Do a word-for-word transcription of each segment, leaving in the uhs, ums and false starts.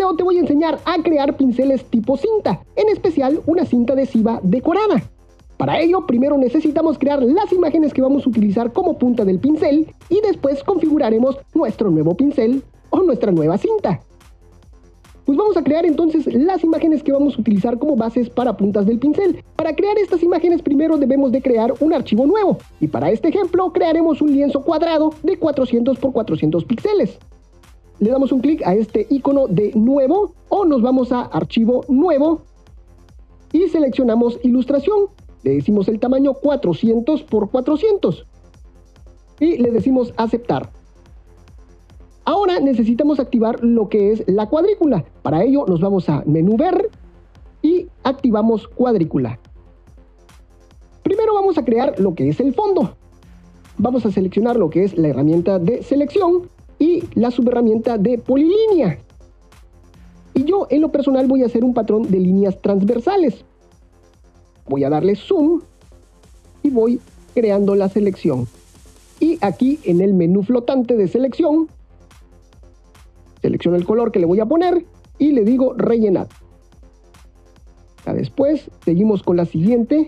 video te voy a enseñar a crear pinceles tipo cinta, en especial una cinta adhesiva decorada. Para ello, primero necesitamos crear las imágenes que vamos a utilizar como punta del pincel y después configuraremos nuestro nuevo pincel o nuestra nueva cinta. Pues vamos a crear entonces las imágenes que vamos a utilizar como bases para puntas del pincel. Para crear estas imágenes primero debemos de crear un archivo nuevo. Y para este ejemplo crearemos un lienzo cuadrado de cuatrocientos por cuatrocientos píxeles. Le damos un clic a este icono de nuevo o nos vamos a archivo nuevo y seleccionamos ilustración. Le decimos el tamaño cuatrocientos por cuatrocientos y le decimos aceptar. Ahora necesitamos activar lo que es la cuadrícula. Para ello nos vamos a menú ver y activamos cuadrícula. Primero vamos a crear lo que es el fondo. Vamos a seleccionar lo que es la herramienta de selección y la subherramienta de polilínea. Y yo en lo personal voy a hacer un patrón de líneas transversales. Voy a darle zoom y voy creando la selección. Y aquí en el menú flotante de selección, selecciono el color que le voy a poner y le digo rellenar. Ya después seguimos con la siguiente.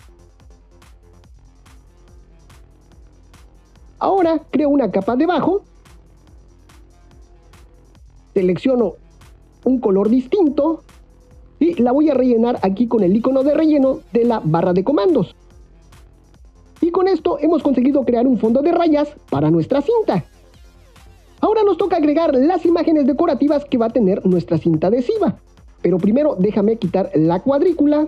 Ahora creo una capa debajo. Selecciono un color distinto y la voy a rellenar aquí con el icono de relleno de la barra de comandos. Y con esto hemos conseguido crear un fondo de rayas para nuestra cinta. Ahora nos toca agregar las imágenes decorativas que va a tener nuestra cinta adhesiva. Pero primero déjame quitar la cuadrícula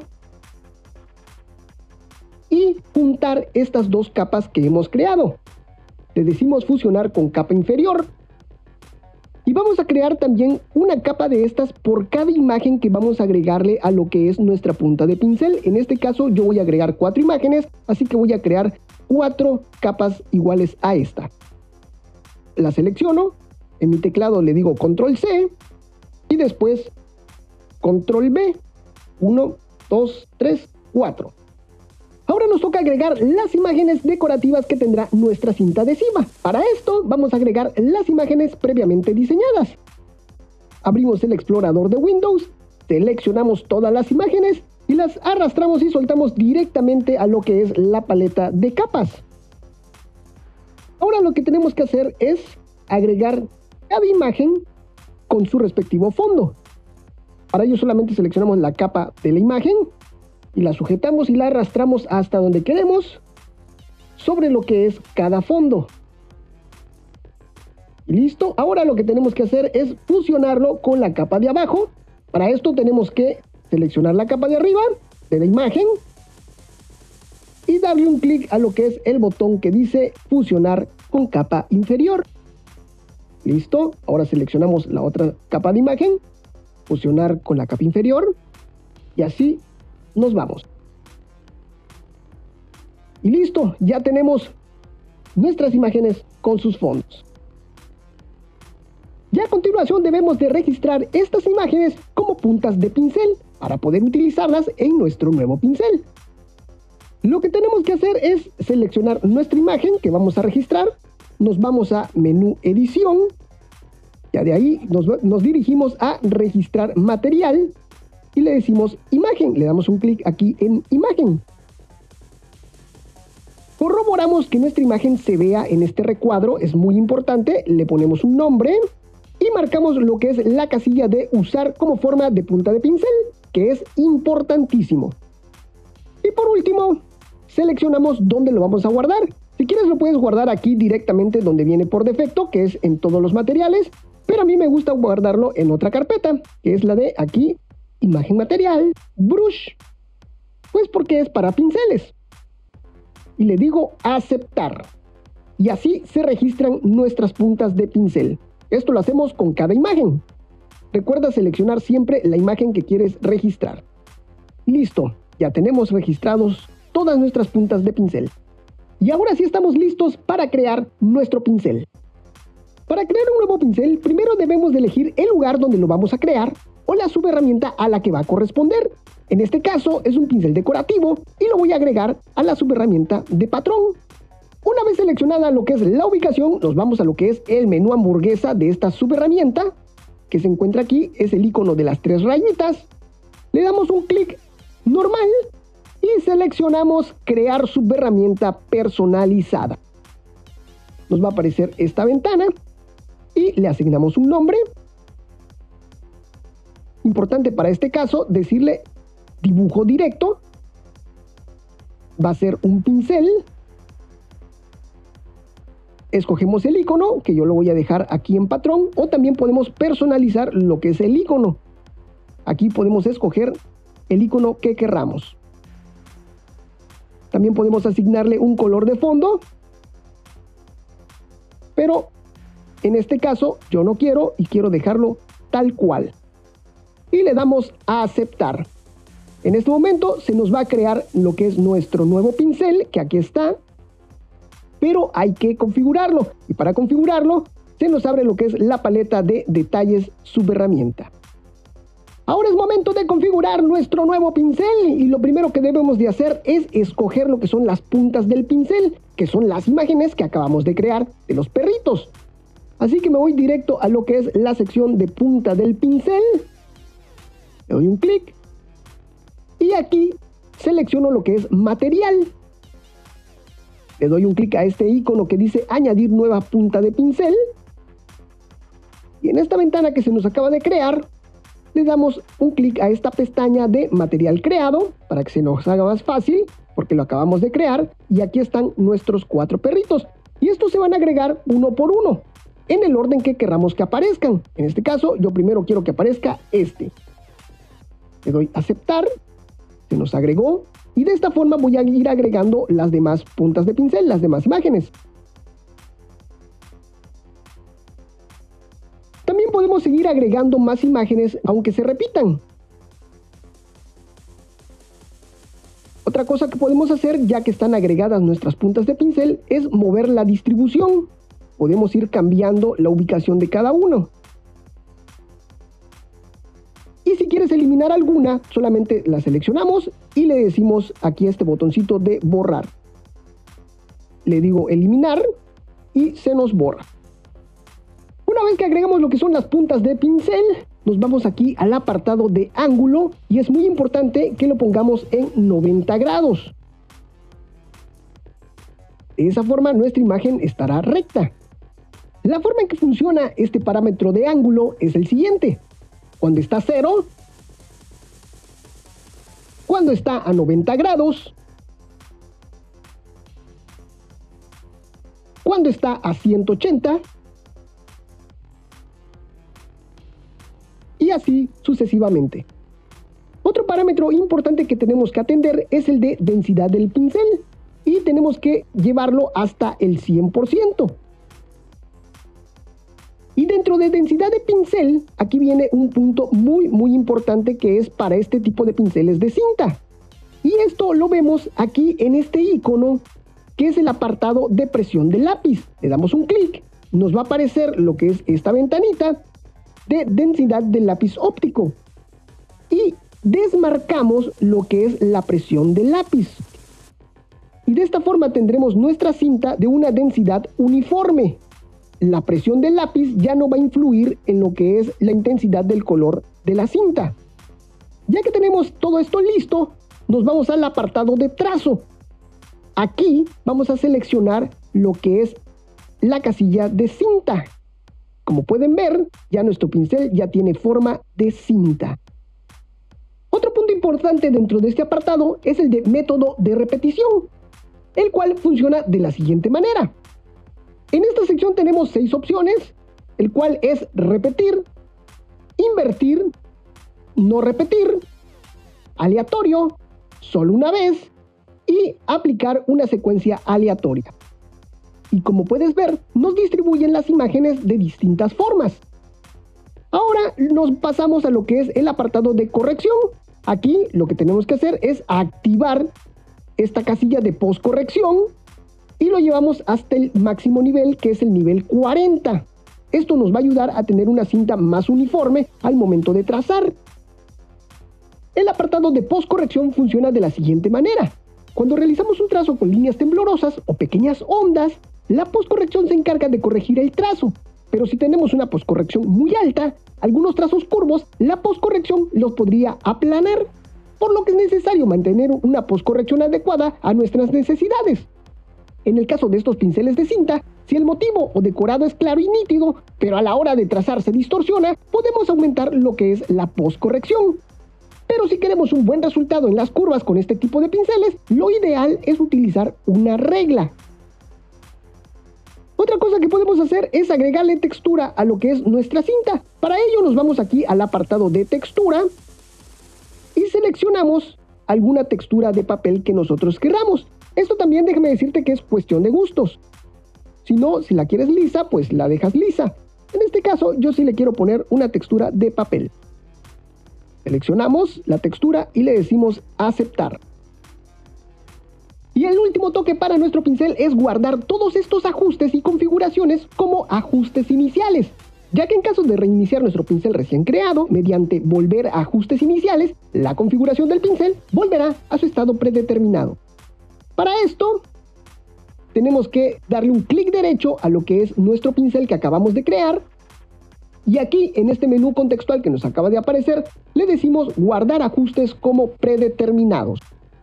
y juntar estas dos capas que hemos creado. Le decimos fusionar con capa inferior. Y vamos a crear también una capa de estas por cada imagen que vamos a agregarle a lo que es nuestra punta de pincel. En este caso yo voy a agregar cuatro imágenes, así que voy a crear cuatro capas iguales a esta. La selecciono, en mi teclado le digo control ce y después control ve, uno, dos, tres, cuatro. Ahora nos toca agregar las imágenes decorativas que tendrá nuestra cinta adhesiva. Para esto vamos a agregar las imágenes previamente diseñadas. Abrimos el explorador de Windows, seleccionamos todas las imágenes y las arrastramos y soltamos directamente a lo que es la paleta de capas. Ahora lo que tenemos que hacer es agregar cada imagen con su respectivo fondo. Para ello solamente seleccionamos la capa de la imagen y la sujetamos y la arrastramos hasta donde queremos sobre lo que es cada fondo. Y listo. Ahora lo que tenemos que hacer es fusionarlo con la capa de abajo. Para esto tenemos que seleccionar la capa de arriba de la imagen y darle un clic a lo que es el botón que dice fusionar con capa inferior. Listo. Ahora seleccionamos la otra capa de imagen, fusionar con la capa inferior y así nos vamos. Y listo, ya tenemos nuestras imágenes con sus fondos. Ya a continuación debemos de registrar estas imágenes como puntas de pincel para poder utilizarlas en nuestro nuevo pincel. Lo que tenemos que hacer es seleccionar nuestra imagen que vamos a registrar, nos vamos a menú edición, ya de ahí nos, nos dirigimos a registrar material y le decimos imagen, le damos un clic aquí en imagen. Corroboramos que nuestra imagen se vea en este recuadro, es muy importante, le ponemos un nombre y marcamos lo que es la casilla de usar como forma de punta de pincel, que es importantísimo. Y por último, seleccionamos dónde lo vamos a guardar. Si quieres lo puedes guardar aquí directamente donde viene por defecto, que es en todos los materiales, pero a mí me gusta guardarlo en otra carpeta, que es la de aquí, imagen material, brush, pues porque es para pinceles. Y le digo aceptar. Y así se registran nuestras puntas de pincel. Esto lo hacemos con cada imagen. Recuerda seleccionar siempre la imagen que quieres registrar. Listo, ya tenemos registrados todas nuestras puntas de pincel. Y ahora sí estamos listos para crear nuestro pincel. Para crear un nuevo pincel, primero debemos de elegir el lugar donde lo vamos a crear o la subherramienta a la que va a corresponder. En este caso es un pincel decorativo y lo voy a agregar a la subherramienta de patrón. Una vez seleccionada lo que es la ubicación, nos vamos a lo que es el menú hamburguesa de esta subherramienta, que se encuentra aquí es el icono de las tres rayitas. Le damos un clic normal y seleccionamos crear subherramienta personalizada. Nos va a aparecer esta ventana y le asignamos un nombre. Importante para este caso decirle dibujo directo. Va a ser un pincel. Escogemos el icono, que yo lo voy a dejar aquí en patrón, o también podemos personalizar lo que es el icono. Aquí podemos escoger el icono que querramos. También podemos asignarle un color de fondo, pero en este caso yo no quiero y quiero dejarlo tal cual. Y le damos a aceptar. En este momento se nos va a crear lo que es nuestro nuevo pincel, que aquí está, pero hay que configurarlo. Y para configurarlo se nos abre lo que es la paleta de detalles subherramienta. Ahora es momento de configurar nuestro nuevo pincel y lo primero que debemos de hacer es escoger lo que son las puntas del pincel, que son las imágenes que acabamos de crear de los perritos. Así que me voy directo a lo que es la sección de punta del pincel. Le doy un clic y aquí selecciono lo que es material. Le doy un clic a este icono que dice añadir nueva punta de pincel. Y en esta ventana que se nos acaba de crear, le damos un clic a esta pestaña de material creado para que se nos haga más fácil porque lo acabamos de crear y aquí están nuestros cuatro perritos y estos se van a agregar uno por uno en el orden que querramos que aparezcan. En este caso yo primero quiero que aparezca este. Le doy a aceptar, se nos agregó y de esta forma voy a ir agregando las demás puntas de pincel, las demás imágenes. También podemos seguir agregando más imágenes aunque se repitan. Otra cosa que podemos hacer, ya que están agregadas nuestras puntas de pincel, es mover la distribución. Podemos ir cambiando la ubicación de cada uno. Y si quieres eliminar alguna, solamente la seleccionamos y le decimos aquí a este botoncito de borrar. Le digo eliminar y se nos borra. Una vez que agregamos lo que son las puntas de pincel, nos vamos aquí al apartado de ángulo y es muy importante que lo pongamos en noventa grados. De esa forma nuestra imagen estará recta. La forma en que funciona este parámetro de ángulo es el siguiente. Cuando está a cero, cuando está a noventa grados, cuando está a ciento ochenta, y así sucesivamente. Otro parámetro importante que tenemos que atender es el de densidad del pincel y tenemos que llevarlo hasta el cien por ciento. Y dentro de densidad de pincel, aquí viene un punto muy muy importante que es para este tipo de pinceles de cinta. Y esto lo vemos aquí en este icono que es el apartado de presión del lápiz. Le damos un clic, nos va a aparecer lo que es esta ventanita de densidad del lápiz óptico y desmarcamos lo que es la presión del lápiz y de esta forma tendremos nuestra cinta de una densidad uniforme. La presión del lápiz ya no va a influir en lo que es la intensidad del color de la cinta. Ya que tenemos todo esto listo, nos vamos al apartado de trazo. Aquí vamos a seleccionar lo que es la casilla de cinta. Como pueden ver, ya nuestro pincel ya tiene forma de cinta. Otro punto importante dentro de este apartado es el de método de repetición, el cual funciona de la siguiente manera. En esta sección tenemos seis opciones, el cual es repetir, invertir, no repetir, aleatorio, solo una vez y aplicar una secuencia aleatoria. Y como puedes ver, nos distribuyen las imágenes de distintas formas. Ahora nos pasamos a lo que es el apartado de corrección. Aquí lo que tenemos que hacer es activar esta casilla de postcorrección y lo llevamos hasta el máximo nivel, que es el nivel cuarenta. Esto nos va a ayudar a tener una cinta más uniforme al momento de trazar. El apartado de postcorrección funciona de la siguiente manera. Cuando realizamos un trazo con líneas temblorosas o pequeñas ondas, la postcorrección se encarga de corregir el trazo, pero si tenemos una poscorrección muy alta, algunos trazos curvos, la poscorrección los podría aplanar, por lo que es necesario mantener una poscorrección adecuada a nuestras necesidades. En el caso de estos pinceles de cinta, si el motivo o decorado es claro y nítido, pero a la hora de trazar se distorsiona, podemos aumentar lo que es la poscorrección. Pero si queremos un buen resultado en las curvas con este tipo de pinceles, lo ideal es utilizar una regla. Otra cosa que podemos hacer es agregarle textura a lo que es nuestra cinta. Para ello nos vamos aquí al apartado de textura y seleccionamos alguna textura de papel que nosotros queramos. Esto también déjame decirte que es cuestión de gustos. Si no, si la quieres lisa, pues la dejas lisa. En este caso yo sí le quiero poner una textura de papel. Seleccionamos la textura y le decimos aceptar. Y el último toque para nuestro pincel es guardar todos estos ajustes y configuraciones como ajustes iniciales, ya que en caso de reiniciar nuestro pincel recién creado, mediante volver a ajustes iniciales, la configuración del pincel volverá a su estado predeterminado. Para esto, tenemos que darle un clic derecho a lo que es nuestro pincel que acabamos de crear, y aquí en este menú contextual que nos acaba de aparecer, le decimos guardar ajustes como predeterminados.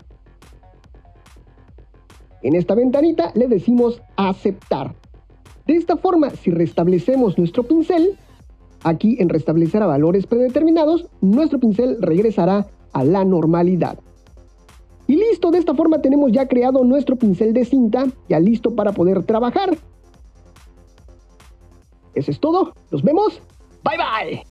En esta ventanita le decimos aceptar. De esta forma, si restablecemos nuestro pincel, aquí en restablecer a valores predeterminados, nuestro pincel regresará a la normalidad. Y listo, de esta forma tenemos ya creado nuestro pincel de cinta, ya listo para poder trabajar. Eso es todo, nos vemos, bye bye.